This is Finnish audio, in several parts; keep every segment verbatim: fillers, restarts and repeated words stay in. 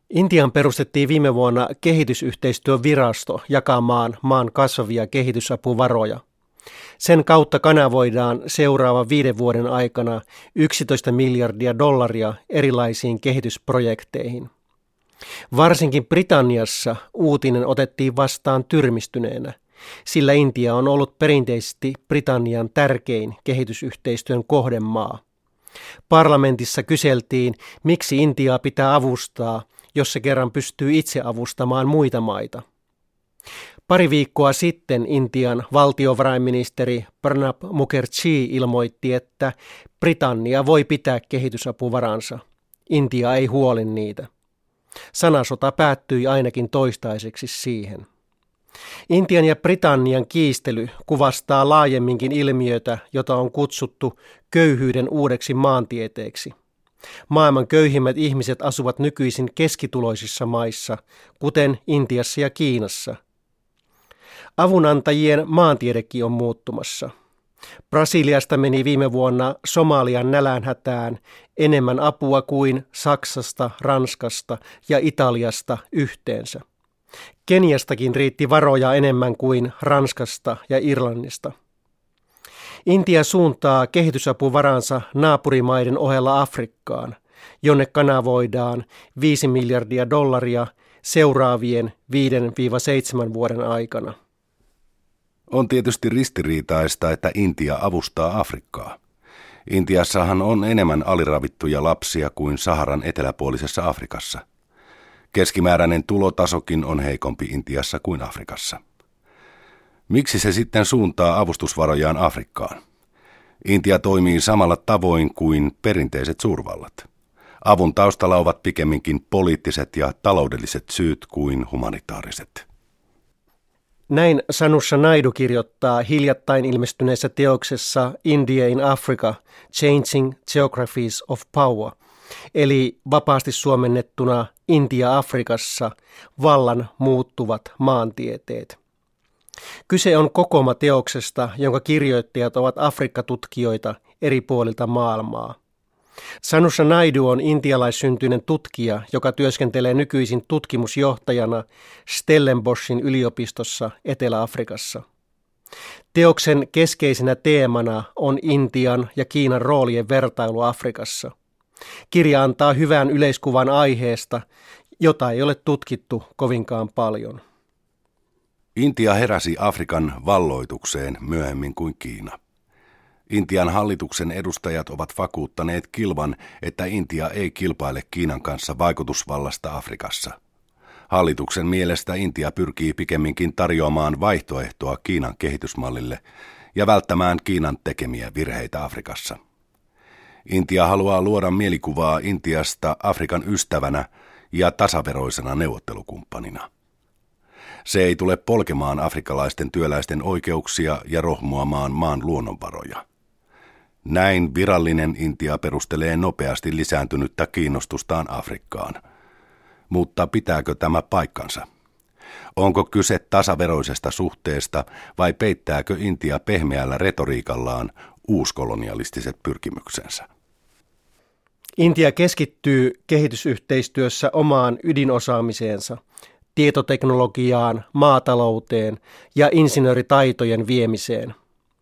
Intiaan perustettiin viime vuonna kehitysyhteistyövirasto jakamaan maan kasvavia kehitysapuvaroja. Sen kautta kanavoidaan seuraavan viiden vuoden aikana yksitoista miljardia dollaria erilaisiin kehitysprojekteihin. Varsinkin Britanniassa uutinen otettiin vastaan tyrmistyneenä, sillä Intia on ollut perinteisesti Britannian tärkein kehitysyhteistyön kohdemaa. Parlamentissa kyseltiin, miksi Intiaa pitää avustaa, jos se kerran pystyy itse avustamaan muita maita. Pari viikkoa sitten Intian valtiovarainministeri Pranab Mukherjee ilmoitti, että Britannia voi pitää kehitysapuvaransa. Intia ei huoli niitä. Sanasota päättyi ainakin toistaiseksi siihen. Intian ja Britannian kiistely kuvastaa laajemminkin ilmiötä, jota on kutsuttu köyhyyden uudeksi maantieteeksi. Maailman köyhimmät ihmiset asuvat nykyisin keskituloisissa maissa, kuten Intiassa ja Kiinassa. Avunantajien maantiedekin on muuttumassa. Brasiliasta meni viime vuonna Somalian nälänhätään enemmän apua kuin Saksasta, Ranskasta ja Italiasta yhteensä. Keniastakin riitti varoja enemmän kuin Ranskasta ja Irlannista. Intia suuntaa kehitysapuvaransa naapurimaiden ohella Afrikkaan, jonne kanavoidaan viisi miljardia dollaria seuraavien viidestä seitsemään vuoden aikana. On tietysti ristiriitaista, että Intia avustaa Afrikkaa. Intiassahan on enemmän aliravittuja lapsia kuin Saharan eteläpuolisessa Afrikassa. Keskimääräinen tulotasokin on heikompi Intiassa kuin Afrikassa. Miksi se sitten suuntaa avustusvarojaan Afrikkaan? Intia toimii samalla tavoin kuin perinteiset suurvallat. Avun taustalla ovat pikemminkin poliittiset ja taloudelliset syyt kuin humanitaariset. Näin Sanusha Naidu kirjoittaa hiljattain ilmestyneessä teoksessa India in Africa, Changing Geographies of Power, eli vapaasti suomennettuna Intia Afrikassa, vallan muuttuvat maantieteet. Kyse on kokooma-teoksesta, jonka kirjoittajat ovat Afrikka-tutkijoita eri puolilta maailmaa. Sanusha Naidu on intialaissyntyinen tutkija, joka työskentelee nykyisin tutkimusjohtajana Stellenboschin yliopistossa Etelä-Afrikassa. Teoksen keskeisenä teemana on Intian ja Kiinan roolien vertailu Afrikassa. Kirja antaa hyvän yleiskuvan aiheesta, jota ei ole tutkittu kovinkaan paljon. Intia heräsi Afrikan valloitukseen myöhemmin kuin Kiina. Intian hallituksen edustajat ovat vakuuttaneet kilvan, että Intia ei kilpaile Kiinan kanssa vaikutusvallasta Afrikassa. Hallituksen mielestä Intia pyrkii pikemminkin tarjoamaan vaihtoehtoa Kiinan kehitysmallille ja välttämään Kiinan tekemiä virheitä Afrikassa. Intia haluaa luoda mielikuvaa Intiasta Afrikan ystävänä ja tasaveroisena neuvottelukumppanina. Se ei tule polkemaan afrikkalaisten työläisten oikeuksia ja rohmuamaan maan luonnonvaroja. Näin virallinen Intia perustelee nopeasti lisääntynyttä kiinnostustaan Afrikkaan. Mutta pitääkö tämä paikkansa? Onko kyse tasaveroisesta suhteesta vai peittääkö Intia pehmeällä retoriikallaan uuskolonialistiset pyrkimyksensä? Intia keskittyy kehitysyhteistyössä omaan ydinosaamiseensa, tietoteknologiaan, maatalouteen ja insinööritaitojen viemiseen.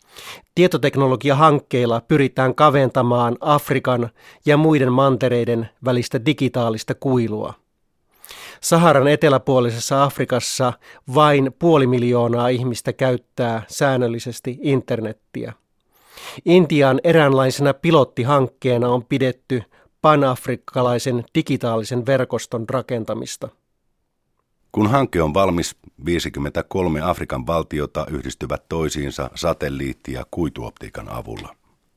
Tietoteknologiahankkeilla pyritään kaventamaan Afrikan ja muiden mantereiden välistä digitaalista kuilua. Saharan eteläpuolisessa Afrikassa vain puoli miljoonaa ihmistä käyttää säännöllisesti internettiä. Intian eräänlaisena pilottihankkeena on pidetty panafrikkalaisen digitaalisen verkoston rakentamista. Kun hanke on valmis, viisikymmentäkolme Afrikan valtiota yhdistyvät toisiinsa satelliitti- ja kuituoptiikan avulla.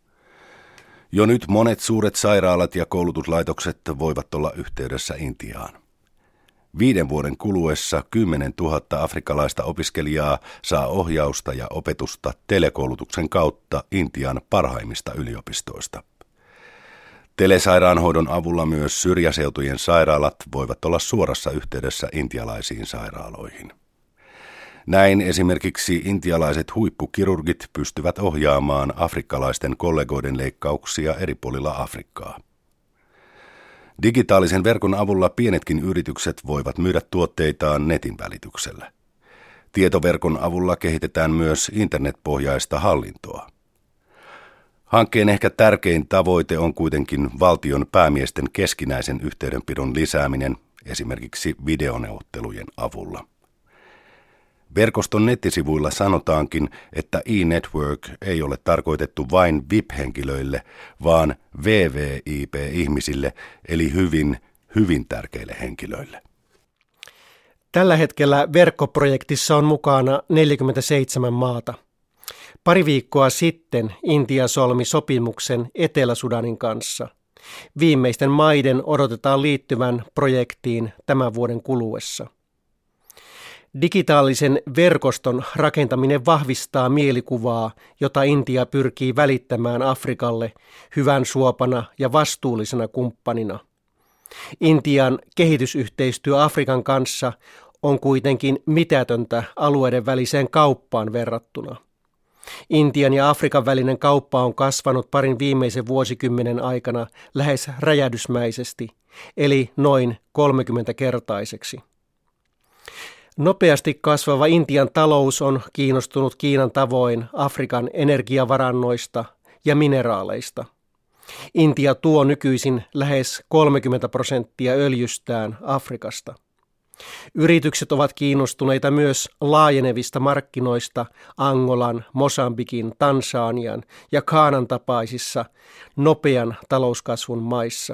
Jo nyt monet suuret sairaalat ja koulutuslaitokset voivat olla yhteydessä Intiaan. Viiden vuoden kuluessa kymmenen tuhatta afrikkalaista opiskelijaa saa ohjausta ja opetusta telekoulutuksen kautta Intian parhaimmista yliopistoista. Telesairaanhoidon avulla myös syrjäseutujen sairaalat voivat olla suorassa yhteydessä intialaisiin sairaaloihin. Näin esimerkiksi intialaiset huippukirurgit pystyvät ohjaamaan afrikkalaisten kollegoiden leikkauksia eri puolilla Afrikkaa. Digitaalisen verkon avulla pienetkin yritykset voivat myydä tuotteitaan netin välityksellä. Tietoverkon avulla kehitetään myös internetpohjaista hallintoa. Hankkeen ehkä tärkein tavoite on kuitenkin valtion päämiesten keskinäisen yhteydenpidon lisääminen esimerkiksi videoneuvottelujen avulla. Verkoston nettisivuilla sanotaankin, että e-network ei ole tarkoitettu vain V I P-henkilöille, vaan V V I P-ihmisille, eli hyvin, hyvin tärkeille henkilöille. Tällä hetkellä verkkoprojektissa on mukana neljäkymmentäseitsemän maata. Pari viikkoa sitten Intia solmi sopimuksen Etelä-Sudanin kanssa. Viimeisten maiden odotetaan liittyvän projektiin tämän vuoden kuluessa. Digitaalisen verkoston rakentaminen vahvistaa mielikuvaa, jota Intia pyrkii välittämään Afrikalle hyvän suopana ja vastuullisena kumppanina. Intian kehitysyhteistyö Afrikan kanssa on kuitenkin mitätöntä alueiden väliseen kauppaan verrattuna. Intian ja Afrikan välinen kauppa on kasvanut parin viimeisen vuosikymmenen aikana lähes räjähdysmäisesti, eli noin kolmekymmentäkertaiseksi. Nopeasti kasvava Intian talous on kiinnostunut Kiinan tavoin Afrikan energiavarannoista ja mineraaleista. Intia tuo nykyisin lähes kolmekymmentä prosenttia öljystään Afrikasta. Yritykset ovat kiinnostuneita myös laajenevista markkinoista Angolan, Mosambikin, Tansanian ja Ghanan tapaisissa nopean talouskasvun maissa.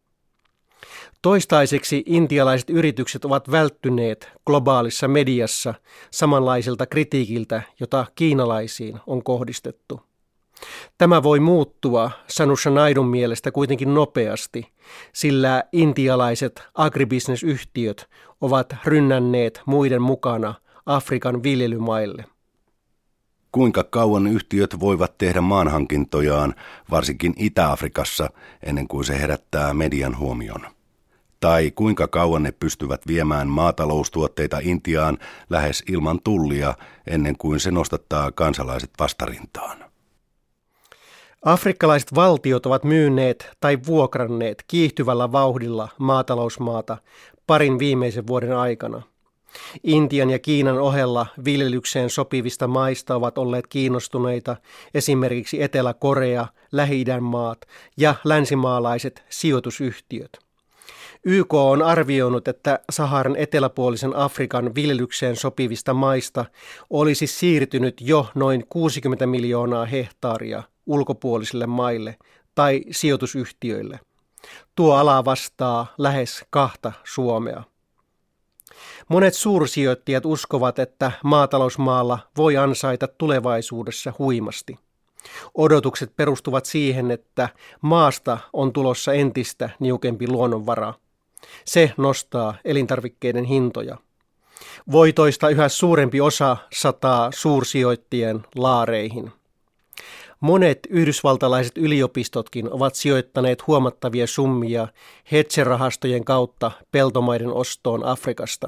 Toistaiseksi intialaiset yritykset ovat välttyneet globaalissa mediassa samanlaiselta kritiikiltä, jota kiinalaisiin on kohdistettu. Tämä voi muuttua Sanusha Naidun mielestä kuitenkin nopeasti, sillä intialaiset agribisnesyhtiöt ovat rynnänneet muiden mukana Afrikan viljelymaille. Kuinka kauan yhtiöt voivat tehdä maanhankintojaan, varsinkin Itä-Afrikassa, ennen kuin se herättää median huomion? Tai kuinka kauan ne pystyvät viemään maataloustuotteita Intiaan lähes ilman tullia, ennen kuin se nostattaa kansalaiset vastarintaan? Afrikkalaiset valtiot ovat myyneet tai vuokranneet kiihtyvällä vauhdilla maatalousmaata parin viimeisen vuoden aikana. Intian ja Kiinan ohella viljelykseen sopivista maista ovat olleet kiinnostuneita esimerkiksi Etelä-Korea, Lähi-idän maat ja länsimaalaiset sijoitusyhtiöt. Y K on arvioinut, että Saharan eteläpuolisen Afrikan viljelykseen sopivista maista olisi siirtynyt jo noin kuusikymmentä miljoonaa hehtaaria ulkopuolisille maille tai sijoitusyhtiöille. Tuo ala vastaa lähes kahta Suomea. Monet suursijoittajat uskovat, että maatalousmaalla voi ansaita tulevaisuudessa huimasti. Odotukset perustuvat siihen, että maasta on tulossa entistä niukempi luonnonvara. Se nostaa elintarvikkeiden hintoja. Voitoista yhä suurempi osa sataa suursijoittajien laareihin. Monet yhdysvaltalaiset yliopistotkin ovat sijoittaneet huomattavia summia hedge-rahastojen kautta peltomaiden ostoon Afrikasta.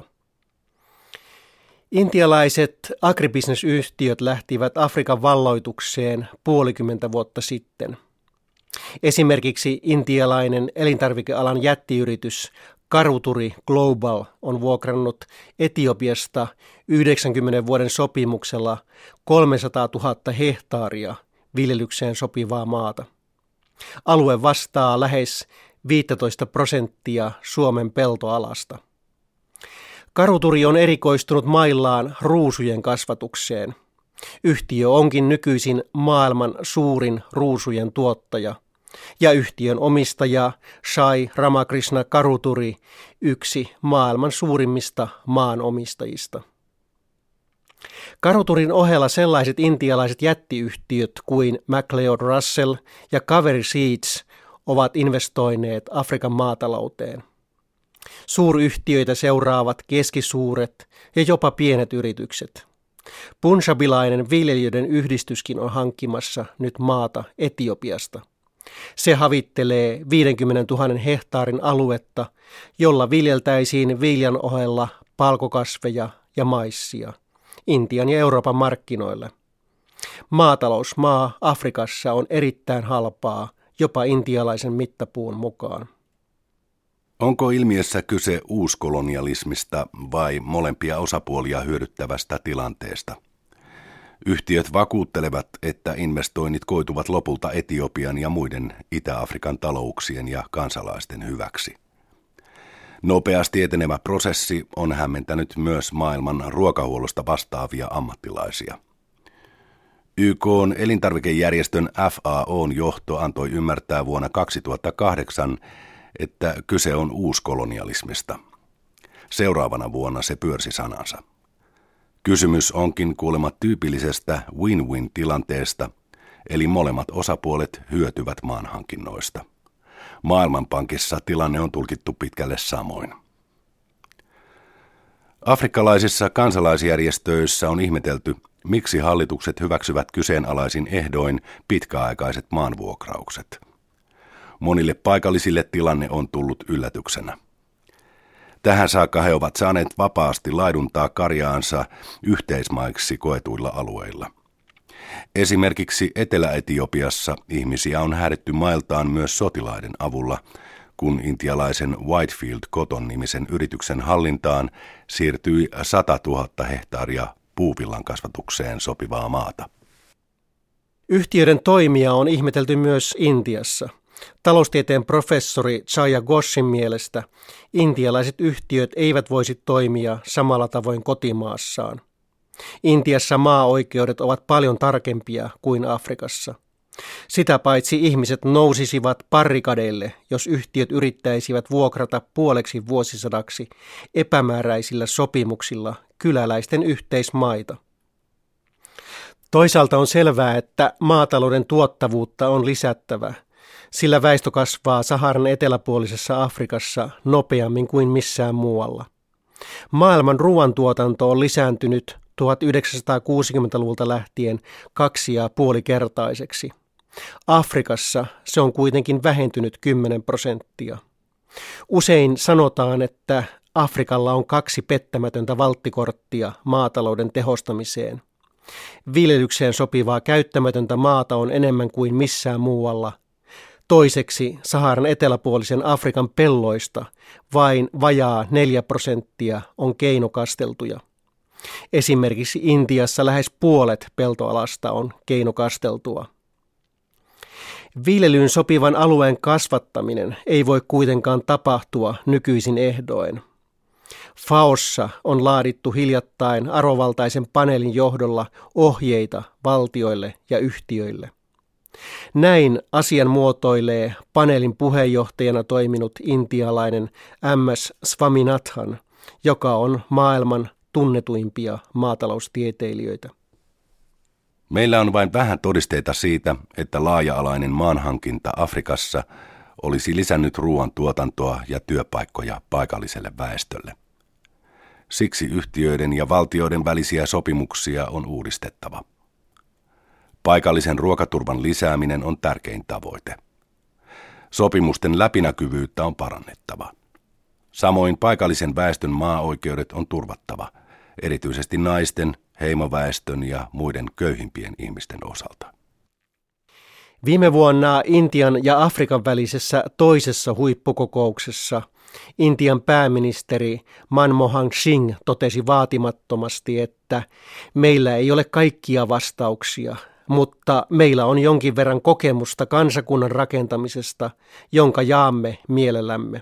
Intialaiset agribisnesyhtiöt lähtivät Afrikan valloitukseen puolikymmentä vuotta sitten. Esimerkiksi intialainen elintarvikealan jättiyritys Karuturi Global on vuokrannut Etiopiasta yhdeksänkymmenen vuoden sopimuksella kolmesataatuhatta hehtaaria viljelykseen sopivaa maata. Alue vastaa lähes viisitoista prosenttia Suomen peltoalasta. Karuturi on erikoistunut maillaan ruusujen kasvatukseen. Yhtiö onkin nykyisin maailman suurin ruusujen tuottaja ja yhtiön omistaja Sai Ramakrishna Karuturi yksi maailman suurimmista maanomistajista. Karuturin ohella sellaiset intialaiset jättiyhtiöt kuin MacLeod Russell ja Kaveri Seeds ovat investoineet Afrikan maatalouteen. Suuryhtiöitä seuraavat keskisuuret ja jopa pienet yritykset. Punjabilainen viljelijöiden yhdistyskin on hankkimassa nyt maata Etiopiasta. Se havittelee viisikymmentätuhatta hehtaarin aluetta, jolla viljeltäisiin viljan ohella palkokasveja ja maissia Intian ja Euroopan markkinoille. Maatalousmaa Afrikassa on erittäin halpaa, jopa intialaisen mittapuun mukaan. Onko ilmiössä kyse uuskolonialismista vai molempia osapuolia hyödyttävästä tilanteesta? Yhtiöt vakuuttelevat, että investoinnit koituvat lopulta Etiopian ja muiden Itä-Afrikan talouksien ja kansalaisten hyväksi. Nopeasti etenevä prosessi on hämmentänyt myös maailman ruokahuollosta vastaavia ammattilaisia. Y K:n elintarvikejärjestön F A O:n johto antoi ymmärtää vuonna kaksituhattakahdeksan, että kyse on uuskolonialismista. Seuraavana vuonna se pyörsi sanansa. Kysymys onkin kuulemma tyypillisestä win-win-tilanteesta, eli molemmat osapuolet hyötyvät maanhankinnoista. Maailmanpankissa tilanne on tulkittu pitkälle samoin. Afrikkalaisissa kansalaisjärjestöissä on ihmetelty, miksi hallitukset hyväksyvät kyseenalaisin ehdoin pitkäaikaiset maanvuokraukset. Monille paikallisille tilanne on tullut yllätyksenä. Tähän saakka he ovat saaneet vapaasti laiduntaa karjaansa yhteismaiksi koetuilla alueilla. Esimerkiksi Etelä-Etiopiassa ihmisiä on häädetty mailtaan myös sotilaiden avulla, kun intialaisen Whitefield Cotton-nimisen yrityksen hallintaan siirtyi satatuhatta hehtaaria puuvillan kasvatukseen sopivaa maata. Yhtiöiden toimia on ihmetelty myös Intiassa. Taloustieteen professori Jaya Ghoshin mielestä intialaiset yhtiöt eivät voisi toimia samalla tavoin kotimaassaan. Intiassa maaoikeudet ovat paljon tarkempia kuin Afrikassa. Sitä paitsi ihmiset nousisivat barrikadeille, jos yhtiöt yrittäisivät vuokrata puoleksi vuosisadaksi epämääräisillä sopimuksilla kyläläisten yhteismaita. Toisaalta on selvää, että maatalouden tuottavuutta on lisättävä, sillä väestö kasvaa Saharan eteläpuolisessa Afrikassa nopeammin kuin missään muualla. Maailman ruoantuotanto on lisääntynyt tuhatyhdeksänsataakuusikymmentäluvulta lähtien kaksi ja puoli kertaiseksi. Afrikassa se on kuitenkin vähentynyt kymmenen prosenttia. Usein sanotaan, että Afrikalla on kaksi pettämätöntä valttikorttia maatalouden tehostamiseen. Viljelykseen sopivaa käyttämätöntä maata on enemmän kuin missään muualla. Toiseksi Saharan eteläpuolisen Afrikan pelloista vain vajaa neljä prosenttia on keinokasteltuja. Esimerkiksi Intiassa lähes puolet peltoalasta on keinokasteltua. Viljelyyn sopivan alueen kasvattaminen ei voi kuitenkaan tapahtua nykyisin ehdoin. F A O:ssa on laadittu hiljattain arvovaltaisen paneelin johdolla ohjeita valtioille ja yhtiöille. Näin asian muotoilee paneelin puheenjohtajana toiminut intialainen M S Swaminathan, joka on maailman tunnetuimpia maataloustieteilijöitä. Meillä on vain vähän todisteita siitä, että laaja-alainen maanhankinta Afrikassa olisi lisännyt ruoantuotantoa ja työpaikkoja paikalliselle väestölle. Siksi yhtiöiden ja valtioiden välisiä sopimuksia on uudistettava. Paikallisen ruokaturvan lisääminen on tärkein tavoite. Sopimusten läpinäkyvyyttä on parannettava. Samoin paikallisen väestön maaoikeudet on turvattava, erityisesti naisten, heimoväestön ja muiden köyhimpien ihmisten osalta. Viime vuonna Intian ja Afrikan välisessä toisessa huippukokouksessa Intian pääministeri Manmohan Singh totesi vaatimattomasti, että meillä ei ole kaikkia vastauksia, mutta meillä on jonkin verran kokemusta kansakunnan rakentamisesta, jonka jaamme mielellämme.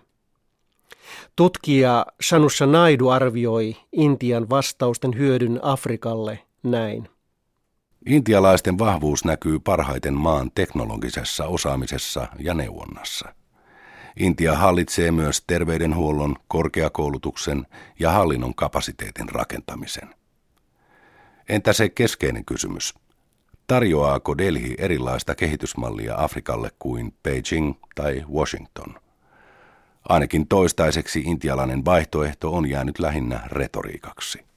Tutkija Shanusha Naidu arvioi Intian vastausten hyödyn Afrikalle näin. Intialaisten vahvuus näkyy parhaiten maan teknologisessa osaamisessa ja neuvonnassa. Intia hallitsee myös terveydenhuollon, korkeakoulutuksen ja hallinnon kapasiteetin rakentamisen. Entä se keskeinen kysymys? Tarjoaako Delhi erilaista kehitysmallia Afrikalle kuin Beijing tai Washington? Ainakin toistaiseksi intialainen vaihtoehto on jäänyt lähinnä retoriikaksi.